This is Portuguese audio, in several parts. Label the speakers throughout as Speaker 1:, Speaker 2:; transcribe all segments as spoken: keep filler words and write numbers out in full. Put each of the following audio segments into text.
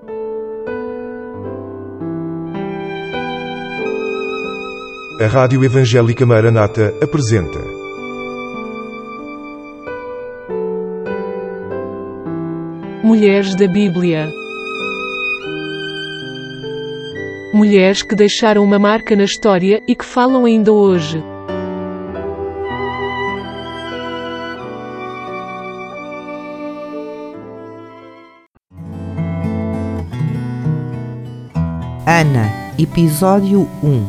Speaker 1: A Rádio Evangélica Maranata apresenta
Speaker 2: Mulheres da Bíblia. Mulheres que deixaram uma marca na história e que falam ainda hoje.
Speaker 3: Ana, Episódio um.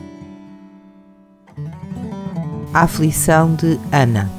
Speaker 3: A aflição de Ana.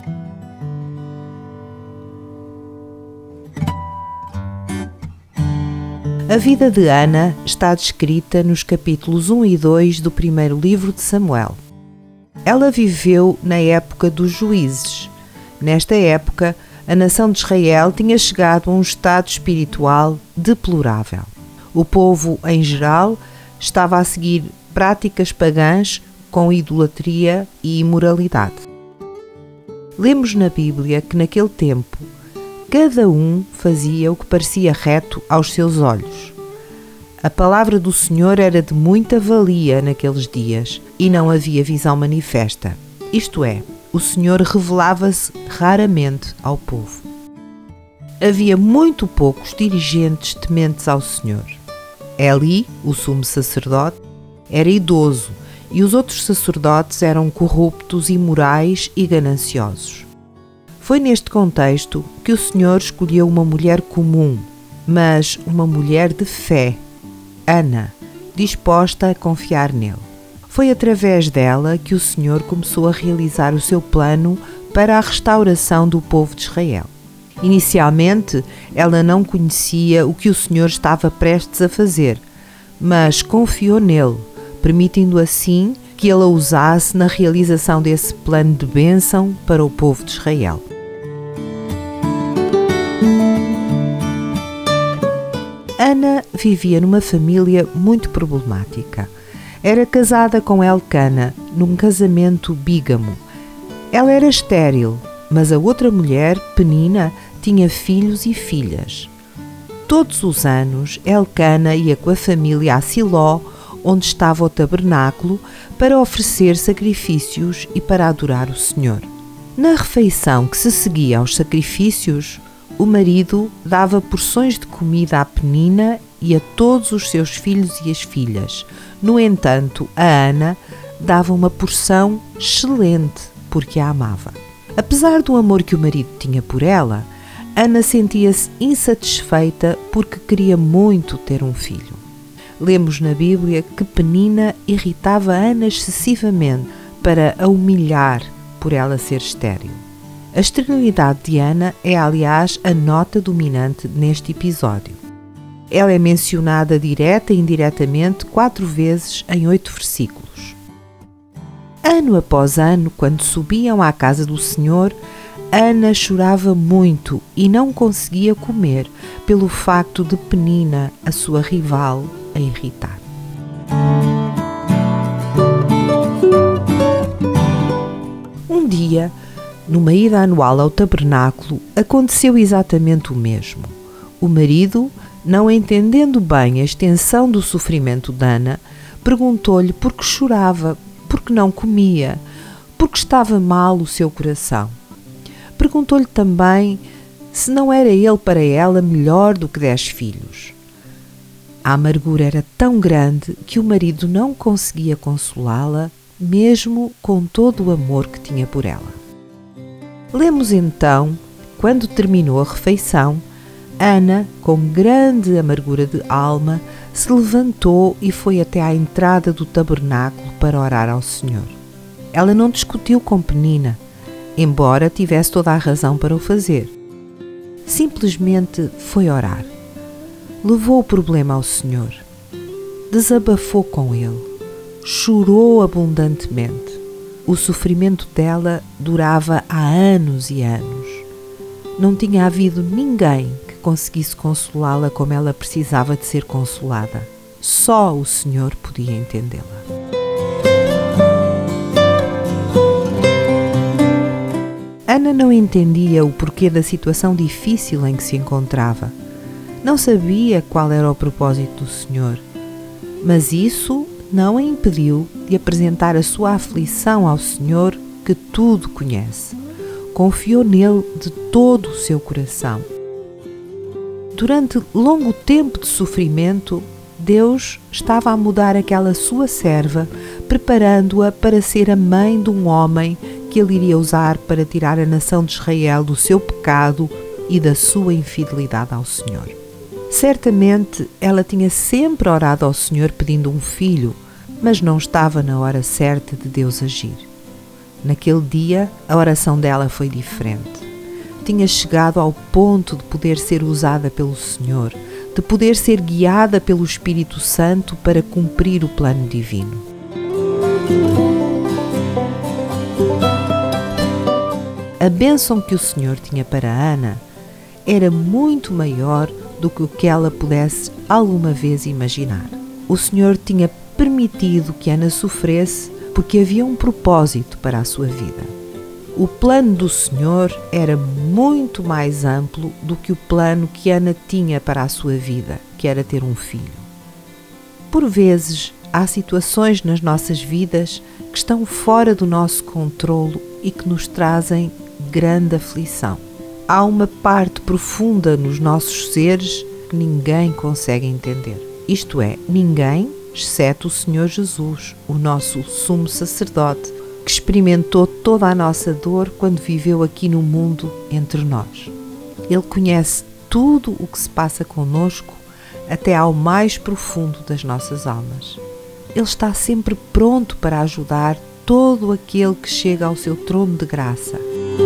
Speaker 3: A vida de Ana está descrita nos capítulos um e dois do primeiro livro de Samuel. Ela viveu na época dos juízes. Nesta época, a nação de Israel tinha chegado a um estado espiritual deplorável. O povo, em geral, estava a seguir práticas pagãs com idolatria e imoralidade. Lemos na Bíblia que naquele tempo cada um fazia o que parecia reto aos seus olhos. A palavra do Senhor era de muita valia naqueles dias e não havia visão manifesta. Isto é, o Senhor revelava-se raramente ao povo. Havia muito poucos dirigentes tementes ao Senhor. Eli, o sumo sacerdote, era idoso e os outros sacerdotes eram corruptos, imorais e gananciosos. Foi neste contexto que o Senhor escolheu uma mulher comum, mas uma mulher de fé, Ana, disposta a confiar nele. Foi através dela que o Senhor começou a realizar o seu plano para a restauração do povo de Israel. Inicialmente, ela não conhecia o que o Senhor estava prestes a fazer, mas confiou nele, permitindo assim que ele a usasse na realização desse plano de bênção para o povo de Israel. Ana vivia numa família muito problemática. Era casada com Elcana, num casamento bígamo. Ela era estéril, mas a outra mulher, Penina, tinha filhos e filhas. Todos os anos, Elcana ia com a família a Siló, onde estava o tabernáculo, para oferecer sacrifícios e para adorar o Senhor. Na refeição que se seguia aos sacrifícios, o marido dava porções de comida à Penina e a todos os seus filhos e as filhas. No entanto, a Ana dava uma porção excelente, porque a amava. Apesar do amor que o marido tinha por ela, Ana sentia-se insatisfeita porque queria muito ter um filho. Lemos na Bíblia que Penina irritava Ana excessivamente para a humilhar por ela ser estéril. A esterilidade de Ana é, aliás, a nota dominante neste episódio. Ela é mencionada direta e indiretamente quatro vezes em oito versículos. Ano após ano, quando subiam à casa do Senhor, Ana chorava muito e não conseguia comer pelo facto de Penina, a sua rival, a irritar. Um dia, numa ida anual ao tabernáculo, aconteceu exatamente o mesmo. O marido, não entendendo bem a extensão do sofrimento de Ana, perguntou-lhe por que chorava, por que não comia, por que estava mal o seu coração. Perguntou-lhe também se não era ele para ela melhor do que dez filhos. A amargura era tão grande que o marido não conseguia consolá-la, mesmo com todo o amor que tinha por ela. Lemos então, quando terminou a refeição, Ana, com grande amargura de alma, se levantou e foi até à entrada do tabernáculo para orar ao Senhor. Ela não discutiu com Penina, embora tivesse toda a razão para o fazer. Simplesmente foi orar. Levou o problema ao Senhor. Desabafou com Ele. Chorou abundantemente. O sofrimento dela durava há anos e anos. Não tinha havido ninguém que conseguisse consolá-la como ela precisava de ser consolada. Só o Senhor podia entendê-la. Ana não entendia o porquê da situação difícil em que se encontrava. Não sabia qual era o propósito do Senhor, mas isso não a impediu de apresentar a sua aflição ao Senhor, que tudo conhece. Confiou nele de todo o seu coração. Durante longo tempo de sofrimento, Deus estava a mudar aquela sua serva, preparando-a para ser a mãe de um homem que ele iria usar para tirar a nação de Israel do seu pecado e da sua infidelidade ao Senhor. Certamente ela tinha sempre orado ao Senhor pedindo um filho, mas não estava na hora certa de Deus agir. Naquele dia, a oração dela foi diferente. Tinha chegado ao ponto de poder ser usada pelo Senhor, de poder ser guiada pelo Espírito Santo para cumprir o plano divino. A bênção que o Senhor tinha para Ana era muito maior do que o que ela pudesse alguma vez imaginar. O Senhor tinha permitido que Ana sofresse porque havia um propósito para a sua vida. O plano do Senhor era muito mais amplo do que o plano que Ana tinha para a sua vida, que era ter um filho. Por vezes, há situações nas nossas vidas que estão fora do nosso controlo e que nos trazem grande aflição. Há uma parte profunda nos nossos seres que ninguém consegue entender. Isto é, ninguém, exceto o Senhor Jesus, o nosso sumo sacerdote, que experimentou toda a nossa dor quando viveu aqui no mundo entre nós. Ele conhece tudo o que se passa conosco, até ao mais profundo das nossas almas. Ele está sempre pronto para ajudar todo aquele que chega ao seu trono de graça.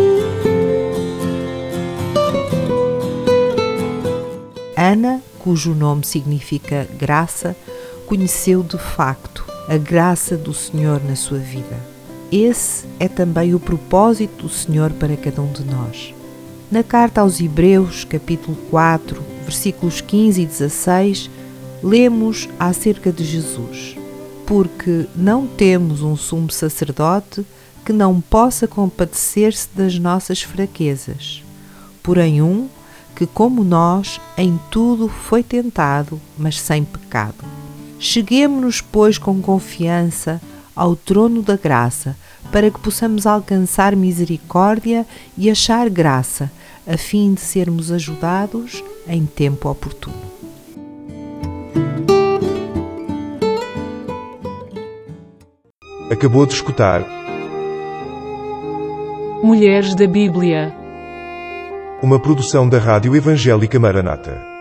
Speaker 3: Ana, cujo nome significa graça, conheceu de facto a graça do Senhor na sua vida. Esse é também o propósito do Senhor para cada um de nós. Na carta aos Hebreus, capítulo quatro, versículos quinze e dezasseis, lemos acerca de Jesus. Porque não temos um sumo sacerdote que não possa compadecer-se das nossas fraquezas, porém um que, como nós, em tudo foi tentado, mas sem pecado. Cheguemo-nos, pois, com confiança ao trono da graça, para que possamos alcançar misericórdia e achar graça, a fim de sermos ajudados em tempo oportuno.
Speaker 1: Acabou de escutar
Speaker 2: Mulheres da Bíblia.
Speaker 1: uma produção da Rádio Evangélica Maranata.